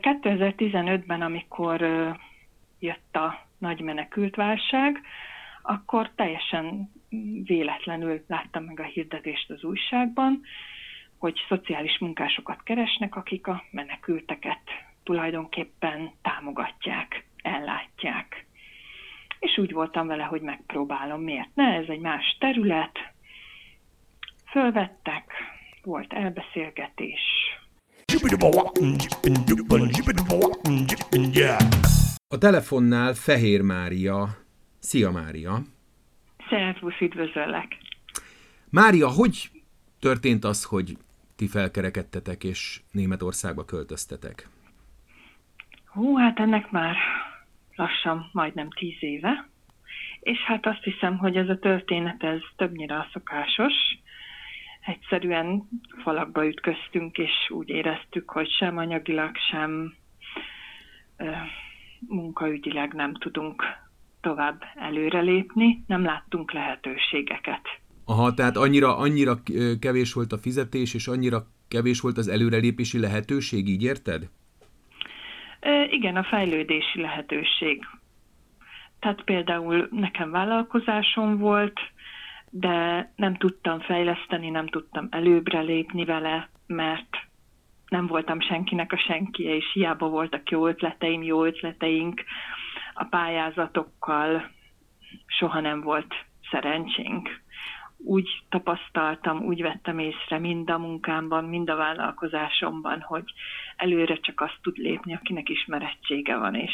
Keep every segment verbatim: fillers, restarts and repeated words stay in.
kétezer-tizenötben, amikor jött a nagy menekültválság, akkor teljesen véletlenül láttam meg a hirdetést az újságban, hogy szociális munkásokat keresnek, akik a menekülteket tulajdonképpen támogatják, ellátják. És úgy voltam vele, hogy megpróbálom, miért ne, ez egy más terület. Fölvettek, volt elbeszélgetés. A telefonnál Fehér Mária. Szia, Mária! Szervusz, üdvözöllek! Mária, hogy történt az, hogy ti felkerekedtetek és Németországba költöztetek? Hú, hát ennek már lassan majdnem tíz éve, és hát azt hiszem, hogy ez a történet ez többnyire a szokásos. Egyszerűen falakba ütköztünk, és úgy éreztük, hogy sem anyagilag, sem ö, munkaügyileg nem tudunk tovább előrelépni, nem láttunk lehetőségeket. Aha, tehát annyira, annyira kevés volt a fizetés, és annyira kevés volt az előrelépési lehetőség, így érted? E, igen, a fejlődési lehetőség. Tehát például nekem vállalkozásom volt, de nem tudtam fejleszteni, nem tudtam előbbre lépni vele, mert nem voltam senkinek a senkie, és hiába voltak jó ötleteim, jó ötleteink, a pályázatokkal soha nem volt szerencsénk. Úgy tapasztaltam, úgy vettem észre mind a munkámban, mind a vállalkozásomban, hogy előre csak azt tud lépni, akinek ismerettsége van, és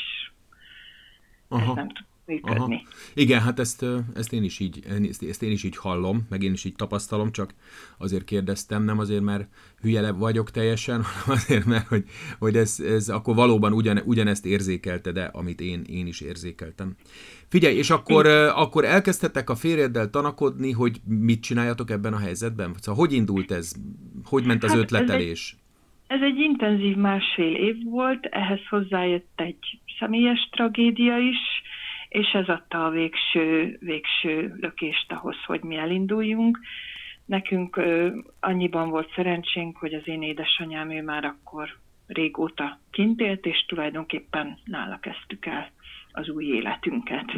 aha, ez nem tud működni. Aha. Igen, hát ezt, ezt, én is így, ezt én is így hallom, meg én is így tapasztalom, csak azért kérdeztem, nem azért, mert hülye vagyok teljesen, hanem azért, mert hogy, hogy ez, ez akkor valóban ugyan, ugyanezt érzékelte, de amit én, én is érzékeltem. Figyelj, és akkor, akkor elkezdtetek a férjeddel tanakodni, hogy mit csináljatok ebben a helyzetben? Szóval hogy indult ez? Hogy ment az hát ötletelés? Ez egy, ez egy intenzív másfél év volt, ehhez hozzájött egy személyes tragédia is, és ez adta a végső, végső lökést ahhoz, hogy mi elinduljunk. Nekünk ö, annyiban volt szerencsénk, hogy az én édesanyám ő már akkor régóta kint élt, és tulajdonképpen nála kezdtük el az új életünket.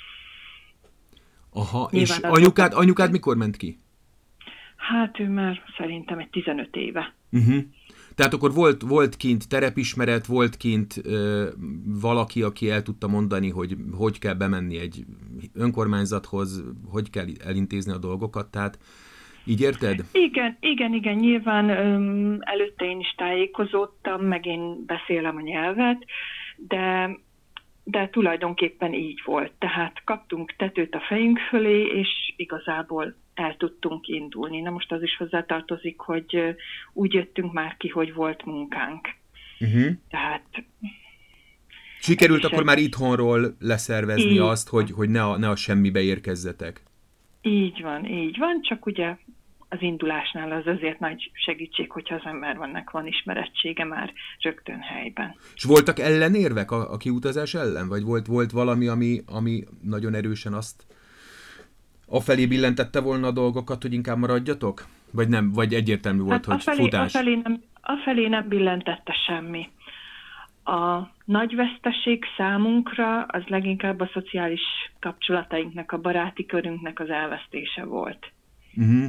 Aha, nyilván és anyukád, anyukád mikor ment ki? Hát ő már szerintem egy tizenöt éve. Uh-huh. Tehát akkor volt, volt kint terepismeret, volt kint ö, valaki, aki el tudta mondani, hogy hogy kell bemenni egy önkormányzathoz, hogy kell elintézni a dolgokat, tehát így érted? Igen, igen, igen, nyilván öm, előtte én is tájékozódtam, meg én beszélem a nyelvet, de, de tulajdonképpen így volt. Tehát kaptunk tetőt a fejünk fölé, és igazából el tudtunk indulni. Na most az is hozzátartozik, hogy úgy jöttünk már ki, hogy volt munkánk. Uh-huh. Tehát... Sikerült akkor egy... már itthonról leszervezni így azt, hogy, hogy ne, a, ne a semmibe érkezzetek. Így van, így van, csak ugye az indulásnál az azért nagy segítség, hogyha az embernek van ismerettsége már rögtön helyben. És voltak ellenérvek a, a kiutazás ellen? Vagy volt, volt valami, ami, ami nagyon erősen azt afelé billentette volna a dolgokat, hogy inkább maradjatok? Vagy nem? Vagy egyértelmű volt, hát hogy afelé, futás? Afelé nem, afelé nem billentette semmi. A nagy veszteség számunkra az leginkább a szociális kapcsolatainknak, a baráti körünknek az elvesztése volt. Uh-huh.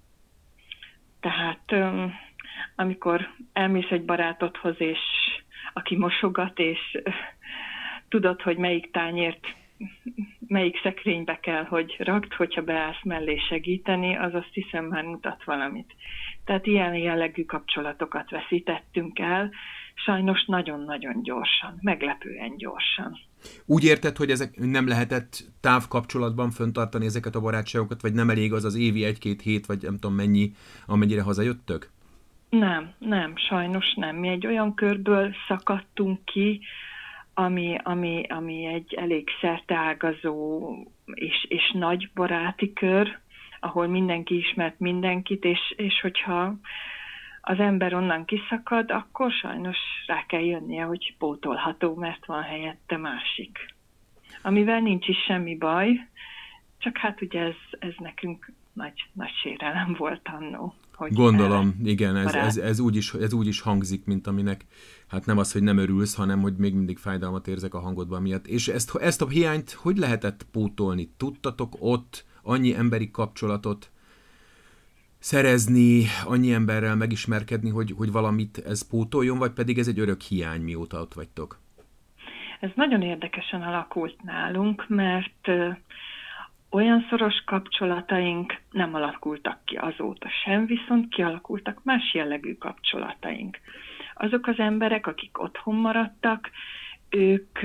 Tehát amikor elmész egy barátodhoz, és aki mosogat, és tudod, hogy melyik tányért melyik szekrénybe kell, hogy rakd, hogyha beállsz mellé segíteni, az azt hiszem már mutat valamit. Tehát ilyen jellegű kapcsolatokat veszítettünk el, sajnos nagyon-nagyon gyorsan, meglepően gyorsan. Úgy érted, hogy ezek nem lehetett távkapcsolatban fenntartani ezeket a barátságokat, vagy nem elég az az évi egy-két hét, vagy nem tudom mennyi, amennyire hazajöttök? Nem, nem, sajnos nem. Mi egy olyan körből szakadtunk ki, ami, ami, ami egy elég szerteágazó és, és nagy baráti kör, ahol mindenki ismert mindenkit, és, és hogyha az ember onnan kiszakad, akkor sajnos rá kell jönnie, hogy pótolható, mert van helyette másik. Amivel nincs is semmi baj, csak hát ugye ez, ez nekünk nagy, nagy sérelem volt annó. hogy Gondolom, igen, ez, ez, ez, úgy is, ez úgy is hangzik, mint aminek, hát nem az, hogy nem örülsz, hanem hogy még mindig fájdalmat érzek a hangodban miatt. És ezt, ezt a hiányt hogy lehetett pótolni? Tudtatok ott annyi emberi kapcsolatot szerezni, annyi emberrel megismerkedni, hogy, hogy valamit ez pótoljon, vagy pedig ez egy örök hiány, mióta ott vagytok? Ez nagyon érdekesen alakult nálunk, mert olyan szoros kapcsolataink nem alakultak ki azóta sem, viszont kialakultak más jellegű kapcsolataink. Azok az emberek, akik otthon maradtak, ők,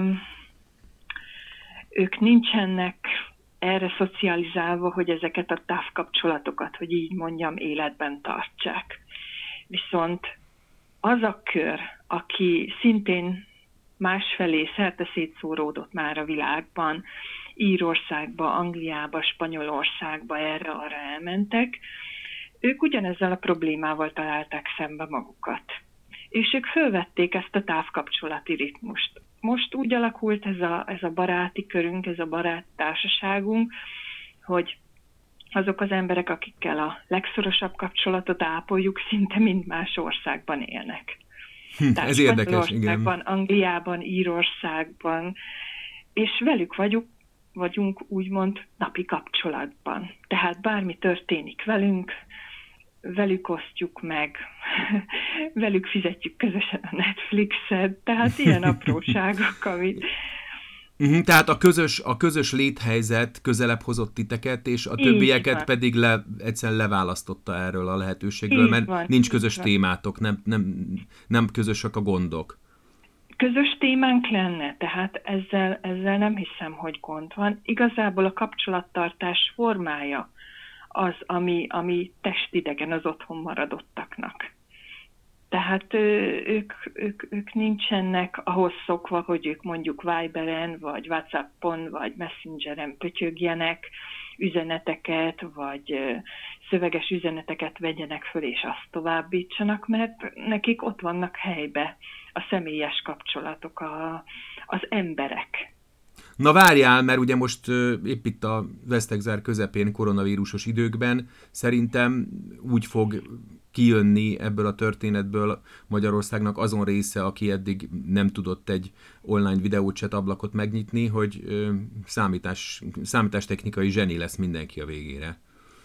ők nincsenek erre szocializálva, hogy ezeket a távkapcsolatokat, hogy így mondjam, életben tartsák. Viszont az a kör, aki szintén másfelé szerte szétszóródott már a világban, Írországba, Angliába, Spanyolországba, erre-arra elmentek, ők ugyanezzel a problémával találták szembe magukat. És ők fölvették ezt a távkapcsolati ritmust. Most úgy alakult ez a, ez a baráti körünk, ez a baráttársaságunk, hogy azok az emberek, akikkel a legszorosabb kapcsolatot ápoljuk, szinte mind más országban élnek. Hm, ez érdekes, igen. Angliában, Írországban, és velük vagyunk, vagyunk úgymond napi kapcsolatban. Tehát bármi történik velünk, velük osztjuk meg, velük fizetjük közösen a Netflixet, tehát ilyen apróságok, amit... Tehát a közös, a közös léthelyzet közelebb hozott titeket, és a többieket pedig le, egyszerűen leválasztotta erről a lehetőségről, mert van, nincs közös témátok, nem, nem, nem közösek a gondok. Közös témánk lenne, tehát ezzel, ezzel nem hiszem, hogy gond van. Igazából a kapcsolattartás formája az, ami, ami testidegen az otthon maradottaknak. Tehát ők, ők, ők nincsenek ahhoz szokva, hogy ők mondjuk Viberen, vagy WhatsAppon, vagy Messengeren pötyögjenek üzeneteket, vagy szöveges üzeneteket vegyenek föl, és azt továbbítsanak, mert nekik ott vannak helybe a személyes kapcsolatok, a, az emberek. Na várjál, mert ugye most épp itt a Vesztegzár közepén koronavírusos időkben szerintem úgy fog kijönni ebből a történetből Magyarországnak azon része, aki eddig nem tudott egy online videóchat ablakot megnyitni, hogy számítás, számítástechnikai zseni lesz mindenki a végére.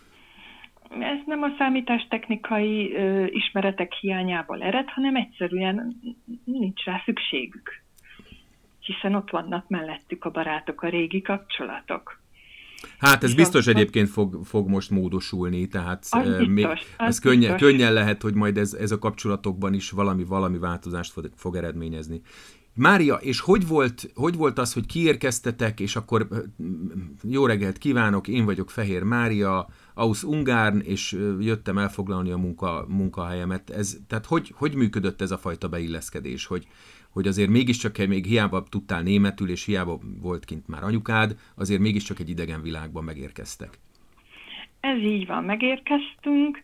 Ez nem a számítástechnikai ö, ismeretek hiányából ered, hanem egyszerűen nincs rá szükségük. Hiszen ott vannak mellettük a barátok, a régi kapcsolatok. Hát ez biztos egyébként fog, fog most módosulni, tehát az biztos, még, az ez könnyen, könnyen lehet, hogy majd ez, ez a kapcsolatokban is valami, valami változást fog, fog eredményezni. Mária, és hogy volt, hogy volt az, hogy kiérkeztetek, és akkor jó reggelt kívánok, én vagyok Fehér Mária, Aus Ungárn, és jöttem elfoglalni a munka, munkahelyemet. Ez, tehát hogy, hogy működött ez a fajta beilleszkedés, hogy, hogy azért mégiscsak, még hiába tudtál németül, és hiába volt kint már anyukád, azért mégiscsak egy idegen világban megérkeztek. Ez így van, megérkeztünk,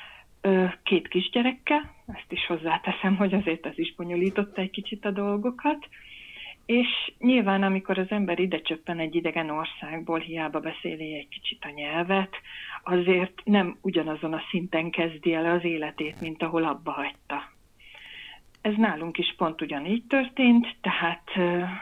két kisgyerekkel, ezt is hozzáteszem, hogy azért ez is bonyolította egy kicsit a dolgokat, és nyilván amikor az ember ide csöppen egy idegen országból, hiába beszéli egy kicsit a nyelvet, azért nem ugyanazon a szinten kezdi el az életét, mint ahol abba hagyta. Ez nálunk is pont ugyanígy történt, tehát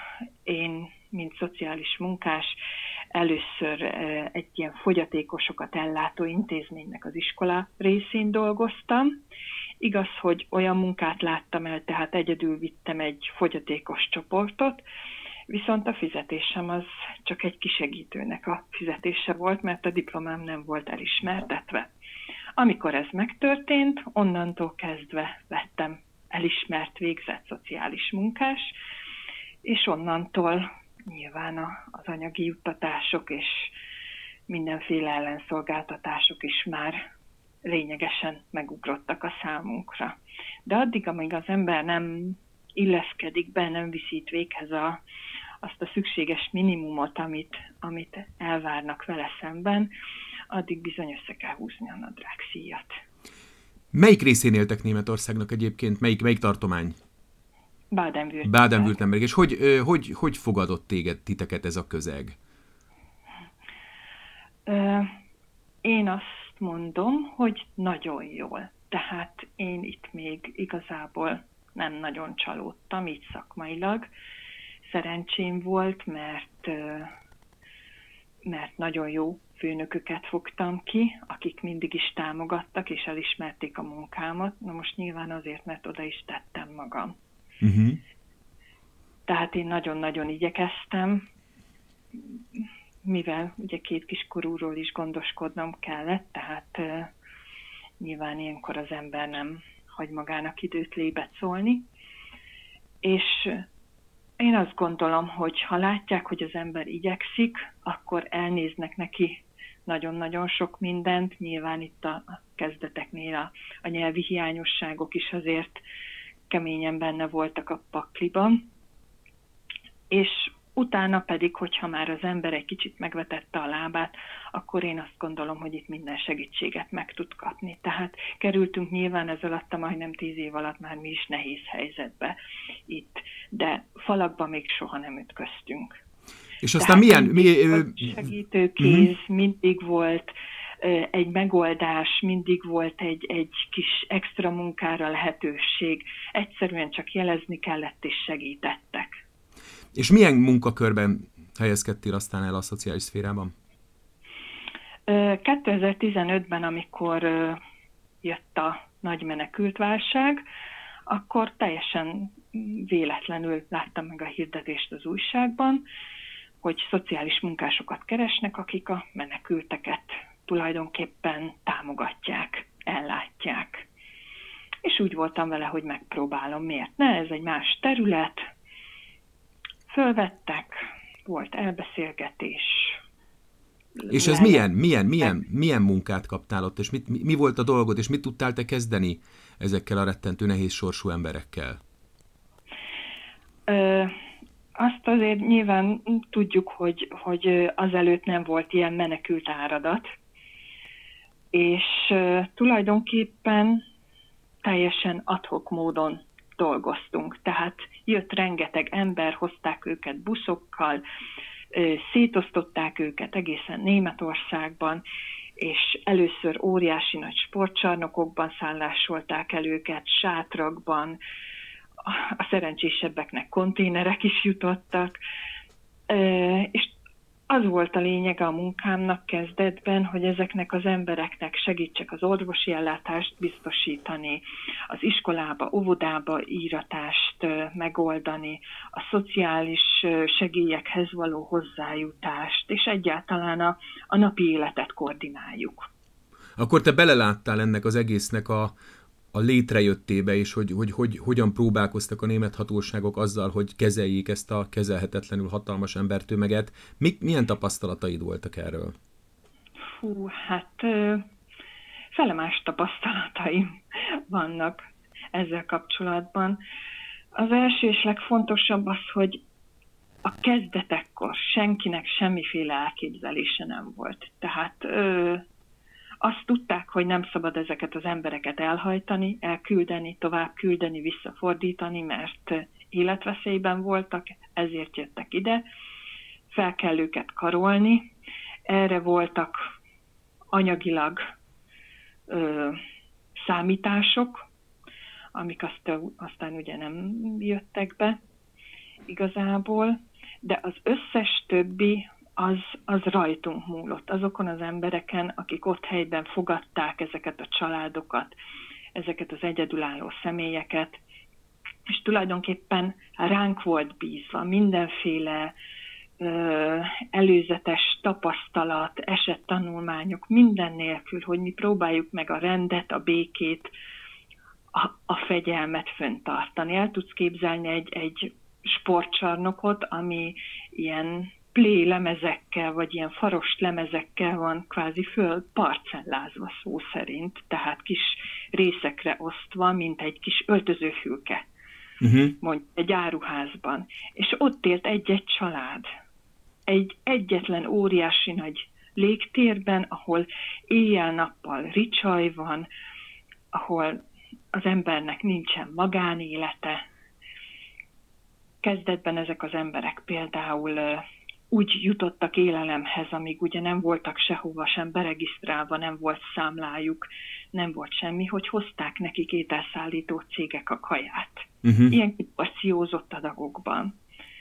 én, mint szociális munkás, először egy ilyen fogyatékosokat ellátó intézménynek az iskola részén dolgoztam. Igaz, hogy olyan munkát láttam el, tehát egyedül vittem egy fogyatékos csoportot, viszont a fizetésem az csak egy kisegítőnek a fizetése volt, mert a diplomám nem volt elismertetve. Amikor ez megtörtént, onnantól kezdve lettem elismert, végzett szociális munkás, és onnantól nyilván az anyagi juttatások és mindenféle ellenszolgáltatások is már lényegesen megugrottak a számunkra. De addig, amíg az ember nem illeszkedik be, nem viszít véghez a, azt a szükséges minimumot, amit, amit elvárnak vele szemben, addig bizony össze kell húzni a nadrágszíjat. Melyik részén éltek Németországnak egyébként? Melyik, melyik tartomány? Baden-Württemberg. Baden-Württemberg. És hogy, hogy, hogy fogadott téged, titeket ez a közeg? Én azt azt mondom, hogy nagyon jól. Tehát én itt még igazából nem nagyon csalódtam, így szakmailag. Szerencsém volt, mert, mert nagyon jó főnököket fogtam ki, akik mindig is támogattak, és elismerték a munkámat. Na most nyilván azért, mert oda is tettem magam. Uh-huh. Tehát én nagyon-nagyon igyekeztem, mivel ugye két kiskorúról is gondoskodnom kellett, tehát uh, nyilván ilyenkor az ember nem hagy magának időt lébet szólni. És én azt gondolom, hogy ha látják, hogy az ember igyekszik, akkor elnéznek neki nagyon-nagyon sok mindent. Nyilván itt a, a kezdeteknél a, a nyelvi hiányosságok is azért keményen benne voltak a pakliban. És utána pedig, hogyha már az ember egy kicsit megvetette a lábát, akkor én azt gondolom, hogy itt minden segítséget meg tud kapni. Tehát kerültünk nyilván ez alatt a majdnem tíz év alatt már mi is nehéz helyzetbe itt, de falakba még soha nem ütköztünk. És aztán milyen... Mi, segítőkéz, uh-huh. mindig volt egy megoldás, mindig volt egy, egy kis extra munkára lehetőség. Egyszerűen csak jelezni kellett, és segítettek. És milyen munkakörben helyezkedtél aztán el a szociális szférában? kétezer-tizenötben, amikor jött a nagy menekültválság, akkor teljesen véletlenül láttam meg a hirdetést az újságban, hogy szociális munkásokat keresnek, akik a menekülteket tulajdonképpen támogatják, ellátják. És úgy voltam vele, hogy megpróbálom, miért ne, ez egy más terület. Fölvettek, volt elbeszélgetés. És ez milyen, milyen, milyen, milyen munkát kaptál ott, és mit, mi, mi volt a dolgod, és mit tudtál te kezdeni ezekkel a rettentő nehéz sorsú emberekkel? Ö, azt azért nyilván tudjuk, hogy, hogy azelőtt nem volt ilyen menekült áradat, és uh, tulajdonképpen teljesen ad hoc módon dolgoztunk. Tehát jött rengeteg ember, hozták őket buszokkal, szétosztották őket egészen Németországban, és először óriási nagy sportcsarnokokban szállásolták el őket, sátrakban, a szerencsésebbeknek konténerek is jutottak, és az volt a lényege a munkámnak kezdetben, hogy ezeknek az embereknek segítsek az orvosi ellátást biztosítani, az iskolába, óvodába íratást megoldani, a szociális segélyekhez való hozzájutást, és egyáltalán a, a napi életet koordináljuk. Akkor te beleláttál ennek az egésznek a, a létrejöttébe, és hogy, hogy, hogy hogyan próbálkoztak a német hatóságok azzal, hogy kezeljék ezt a kezelhetetlenül hatalmas embertömeget. Mik, milyen tapasztalataid voltak erről? Hú, hát felemás tapasztalataim vannak ezzel kapcsolatban. Az első és legfontosabb az, hogy a kezdetekkor senkinek semmiféle elképzelése nem volt. Tehát ö, azt tudták, hogy nem szabad ezeket az embereket elhajtani, elküldeni, tovább küldeni, visszafordítani, mert életveszélyben voltak, ezért jöttek ide. Fel kell őket karolni. Erre voltak anyagilag ö, számítások, amik aztán, aztán ugye nem jöttek be igazából, de az összes többi az, az rajtunk múlott, azokon az embereken, akik ott helyben fogadták ezeket a családokat, ezeket az egyedülálló személyeket, és tulajdonképpen ránk volt bízva mindenféle ö, előzetes tapasztalat, esettanulmányok, minden nélkül, hogy mi próbáljuk meg a rendet, a békét, a, a fegyelmet fenntartani. El tudsz képzelni egy, egy sportcsarnokot, ami ilyen play lemezekkel, vagy ilyen faros lemezekkel van kvázi föl parcellázva szó szerint, tehát kis részekre osztva, mint egy kis öltözőfülke, uh-huh. mondjuk egy áruházban. És ott élt egy-egy család, egy egyetlen óriási nagy légtérben, ahol éjjel-nappal ricsaj van, ahol az embernek nincsen magánélete. Kezdetben ezek az emberek például úgy jutottak élelemhez, amíg ugye nem voltak sehova sem beregisztrálva, nem volt számlájuk, nem volt semmi, hogy hozták nekik ételszállító cégek a kaját. Uh-huh. Ilyen kiporciózott adagokban.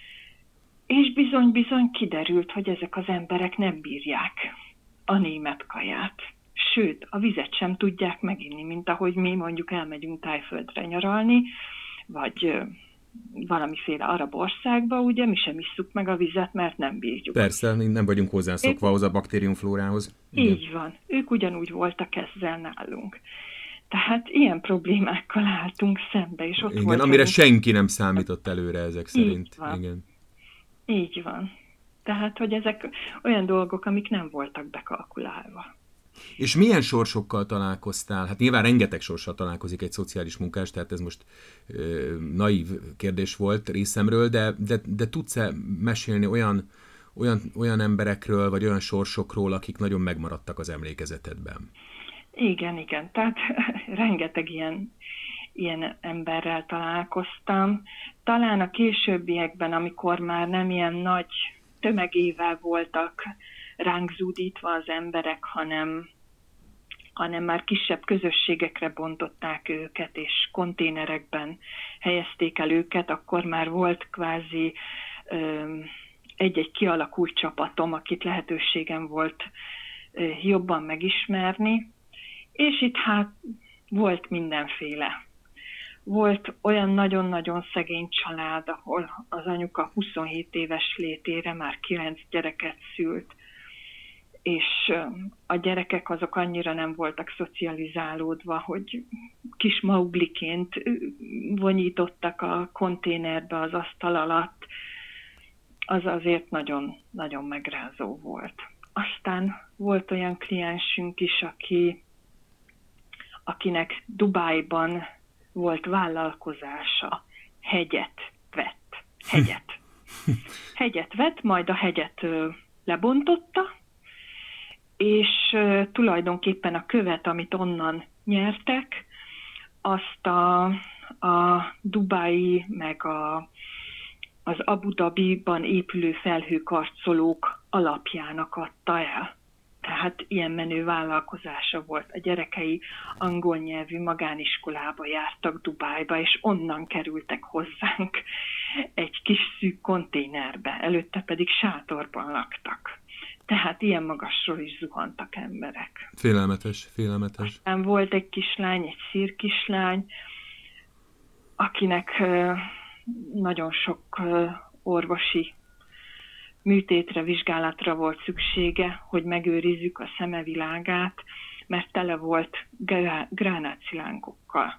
És bizony-bizony kiderült, hogy ezek az emberek nem bírják a német kaját. Sőt, a vizet sem tudják meginni, mint ahogy mi mondjuk elmegyünk Tájföldre nyaralni, vagy valamiféle arab országba, ugye mi sem isszuk meg a vizet, mert nem bírjuk. Persze, nem vagyunk hozzászokva ahhoz a baktériumflórához. Igen. Így van. Ők ugyanúgy voltak ezzel nálunk. Tehát ilyen problémákkal álltunk szembe, és ott igen, volt amire egy... senki nem számított előre ezek szerint. Így van. Igen. Így van. Tehát, hogy ezek olyan dolgok, amik nem voltak bekalkulálva. És milyen sorsokkal találkoztál? Hát nyilván rengeteg sorssal találkozik egy szociális munkás, tehát ez most ö, naív kérdés volt részemről, de, de, de tudsz-e mesélni olyan, olyan, olyan emberekről, vagy olyan sorsokról, akik nagyon megmaradtak az emlékezetedben? Igen, igen. Tehát rengeteg ilyen, ilyen emberrel találkoztam. Talán a későbbiekben, amikor már nem ilyen nagy tömegével voltak ránk zúdítva az emberek, hanem, hanem már kisebb közösségekre bontották őket, és konténerekben helyezték el őket, akkor már volt kvázi ö, egy-egy kialakult csapatom, akit lehetőségem volt ö, jobban megismerni, és itt hát volt mindenféle. Volt olyan nagyon-nagyon szegény család, ahol az anyuka huszonhét éves létére már kilenc gyereket szült, és a gyerekek azok annyira nem voltak szocializálódva, hogy kis maugliként vonyítottak a konténerbe az asztal alatt. Az azért nagyon, nagyon megrázó volt. Aztán volt olyan kliensünk is, aki, akinek Dubájban volt vállalkozása, hegyet vett. Hegyet. Hegyet vett, majd a hegyet ö, lebontotta, és ö, tulajdonképpen a követ, amit onnan nyertek, azt a, a Dubái, meg a, az Abu Dhabiban épülő felhőkarcolók alapjának adta el. Tehát ilyen menő vállalkozása volt. A gyerekei angol nyelvű magániskolába jártak Dubájba, és onnan kerültek hozzánk egy kis szűk konténerbe. Előtte pedig sátorban laktak. Tehát ilyen magasról is zuhantak emberek. Félelmetes, félelmetes. Aztán volt egy kislány, egy szír kislány, akinek nagyon sok orvosi műtétre, vizsgálatra volt szüksége, hogy megőrizzük a szeme világát, mert tele volt gránátszilánkokkal.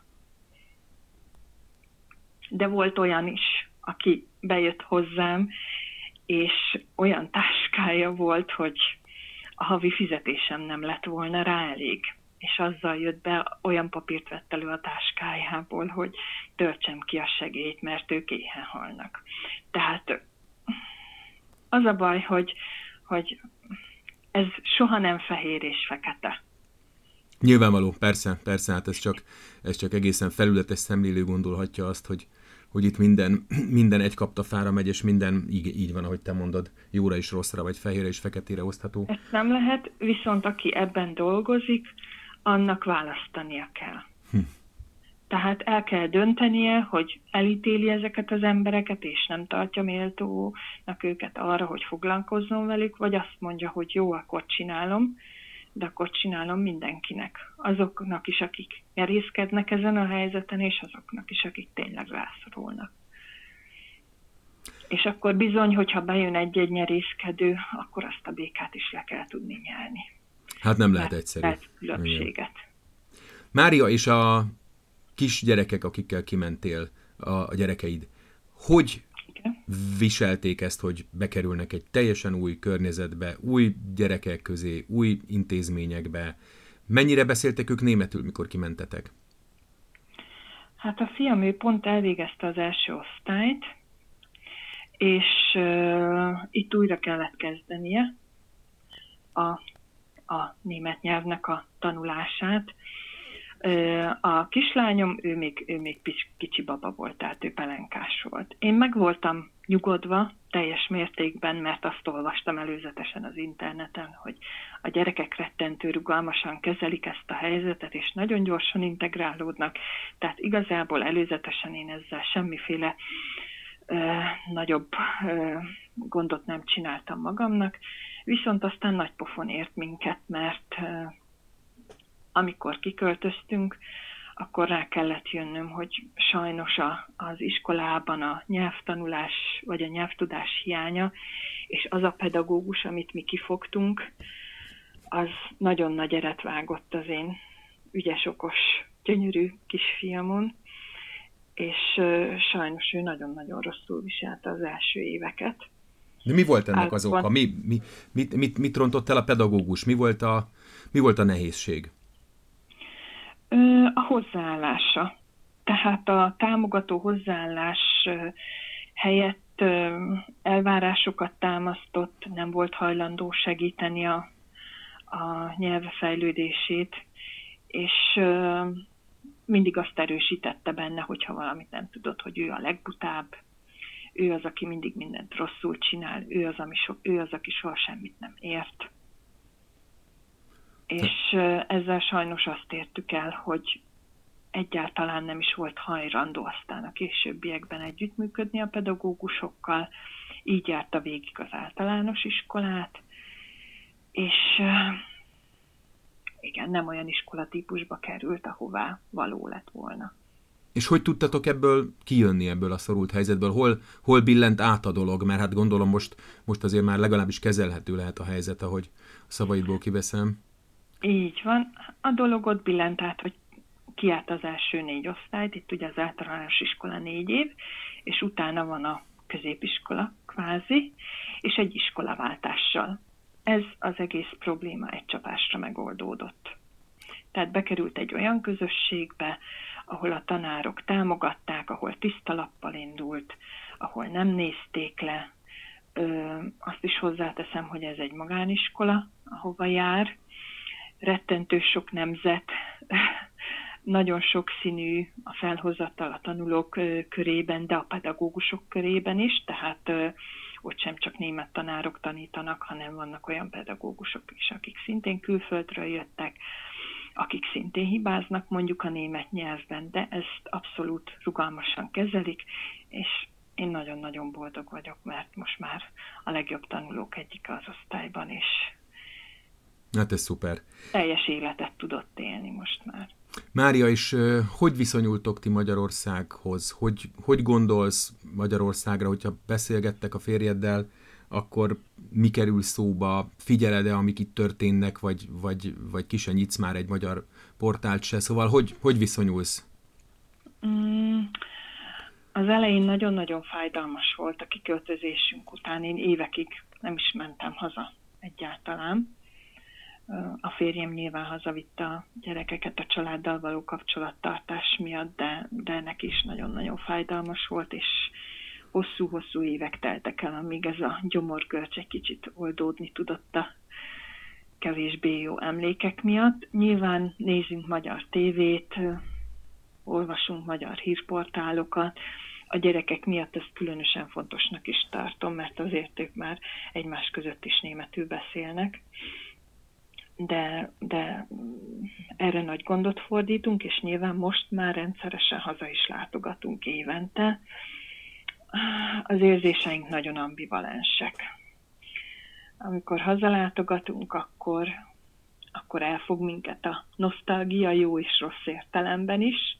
De volt olyan is, aki bejött hozzám, és olyan táskája volt, hogy a havi fizetésem nem lett volna rá elég. És azzal jött be, olyan papírt vett elő a táskájából, hogy töltsem ki a segélyt, mert ők éhen halnak. Tehát az a baj, hogy, hogy ez soha nem fehér és fekete. Nyilvánvaló, persze, persze, hát ez csak, ez csak egészen felületes szemlélő gondolhatja azt, hogy, hogy itt minden, minden egy kaptafára megy, és minden így, így van, ahogy te mondod, jóra és rosszra, vagy fehérre és feketére osztható. Ezt nem lehet, viszont aki ebben dolgozik, annak választania kell. Hm. Tehát el kell döntenie, hogy elítéli ezeket az embereket, és nem tartja méltónak őket arra, hogy foglalkozzon velük, vagy azt mondja, hogy jó, akkor csinálom, de akkor csinálom mindenkinek. Azoknak is, akik merészkednek ezen a helyzeten, és azoknak is, akik tényleg rászorulnak. És akkor bizony, hogyha bejön egy-egy nyerészkedő, akkor azt a békát is le kell tudni nyelni. Hát nem lehet egyszerű. Lehet különbséget. Mária, és a kis gyerekek, akikkel kimentél, a, a gyerekeid, hogy igen. viselték ezt, hogy bekerülnek egy teljesen új környezetbe, új gyerekek közé, új intézményekbe? Mennyire beszéltek ők németül, mikor kimentetek? Hát a fiam, ő pont elvégezte az első osztályt, és uh, itt újra kellett kezdenie a, a német nyelvnek a tanulását. A kislányom, ő még, ő még kicsi baba volt, tehát ő pelenkás volt. Én meg voltam nyugodva teljes mértékben, mert azt olvastam előzetesen az interneten, hogy a gyerekek rettentő rugalmasan kezelik ezt a helyzetet, és nagyon gyorsan integrálódnak. Tehát igazából előzetesen én ezzel semmiféle ö, nagyobb ö, gondot nem csináltam magamnak, viszont aztán nagy pofon ért minket, mert ö, amikor kiköltöztünk, akkor rá kellett jönnöm, hogy sajnos a, az iskolában a nyelvtanulás vagy a nyelvtudás hiánya, és az a pedagógus, amit mi kifogtunk, az nagyon nagy eret vágott az én ügyes, okos, gyönyörű kisfiamon, és uh, sajnos ő nagyon-nagyon rosszul viselte az első éveket. De mi volt ennek az oka? Mi, mi, mit, mit, mit rontott el a pedagógus? Mi volt a, mi volt a nehézség? A hozzáállása. Tehát a támogató hozzáállás helyett elvárásokat támasztott, nem volt hajlandó segíteni a, a nyelve fejlődését, és mindig azt erősítette benne, hogyha valamit nem tudott, hogy ő a legbutább, ő az, aki mindig mindent rosszul csinál, ő az, ami so, ő az aki soha semmit nem ért. És ezzel sajnos azt értük el, hogy egyáltalán nem is volt hajlandó aztán a későbbiekben együttműködni a pedagógusokkal, így járta végig az általános iskolát, és igen, nem olyan iskolatípusba került, ahová való lett volna. És hogy tudtatok ebből kijönni, ebből a szorult helyzetből? Hol, hol billent át a dolog? Mert hát gondolom most, most azért már legalábbis kezelhető lehet a helyzet, ahogy a szavaidból kiveszem. Így van. A dolog ott billent át, hogy kiállt az első négy osztályt, itt ugye az általános iskola négy év, és utána van a középiskola kvázi, és egy iskolaváltással. Ez az egész probléma egy csapásra megoldódott. Tehát bekerült egy olyan közösségbe, ahol a tanárok támogatták, ahol tiszta lappal indult, ahol nem nézték le. Ö, azt is hozzáteszem, hogy ez egy magániskola, ahova jár. Rettentő sok nemzet, nagyon sokszínű a felhozatal a tanulók körében, de a pedagógusok körében is, tehát ott sem csak német tanárok tanítanak, hanem vannak olyan pedagógusok is, akik szintén külföldről jöttek, akik szintén hibáznak mondjuk a német nyelvben, de ezt abszolút rugalmasan kezelik, és én nagyon-nagyon boldog vagyok, mert most már a legjobb tanulók egyik az osztályban, és hát ez szuper. Teljes életet tudott élni most már. Mária, és uh, hogy viszonyultok ti Magyarországhoz? Hogy, hogy gondolsz Magyarországra, hogyha beszélgettek a férjeddel, akkor mi kerül szóba? Figyeled-e, amik itt történnek, vagy, vagy, vagy ki se nyitsz már egy magyar portált se? Szóval hogy, hogy viszonyulsz? Mm, az elején nagyon-nagyon fájdalmas volt a kiköltözésünk után. Én évekig nem is mentem haza egyáltalán. A férjem nyilván hazavitte a gyerekeket a családdal való kapcsolattartás miatt, de, de neki is nagyon-nagyon fájdalmas volt, és hosszú-hosszú évek teltek el, amíg ez a gyomorgörcs egy kicsit oldódni tudott a kevésbé jó emlékek miatt. Nyilván nézünk magyar tévét, olvasunk magyar hírportálokat, a gyerekek miatt ezt különösen fontosnak is tartom, mert azért ők már egymás között is németül beszélnek. De, de erre nagy gondot fordítunk, és nyilván most már rendszeresen haza is látogatunk évente. Az érzéseink nagyon ambivalensek. Amikor hazalátogatunk, akkor, akkor elfog minket a nosztalgia jó és rossz értelemben is,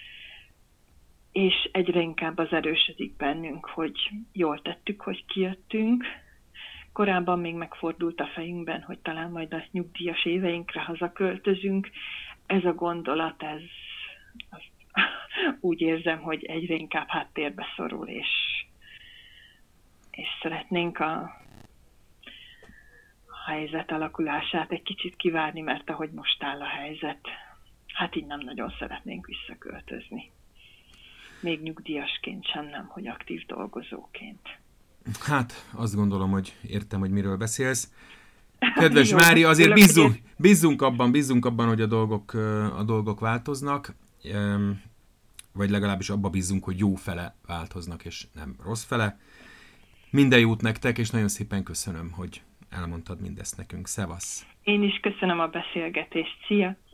és egyre inkább az erősödik bennünk, hogy jól tettük, hogy kijöttünk. Korábban még megfordult a fejünkben, hogy talán majd a nyugdíjas éveinkre hazaköltözünk. Ez a gondolat, ez azt, úgy érzem, hogy egyre inkább háttérbe szorul, és, és szeretnénk a helyzet alakulását egy kicsit kivárni, mert ahogy most áll a helyzet, hát így nem nagyon szeretnénk visszaköltözni. Még nyugdíjasként sem, nem, hogy aktív dolgozóként. Hát, azt gondolom, hogy értem, hogy miről beszélsz. Kedves Mária, azért bízzunk, bízzunk abban, bízzunk abban, hogy a dolgok, a dolgok változnak, vagy legalábbis abba bízzunk, hogy jó fele változnak, és nem rossz fele. Minden jót nektek, és nagyon szépen köszönöm, hogy elmondtad mindezt nekünk. Szevasz! Én is köszönöm a beszélgetést. Szia!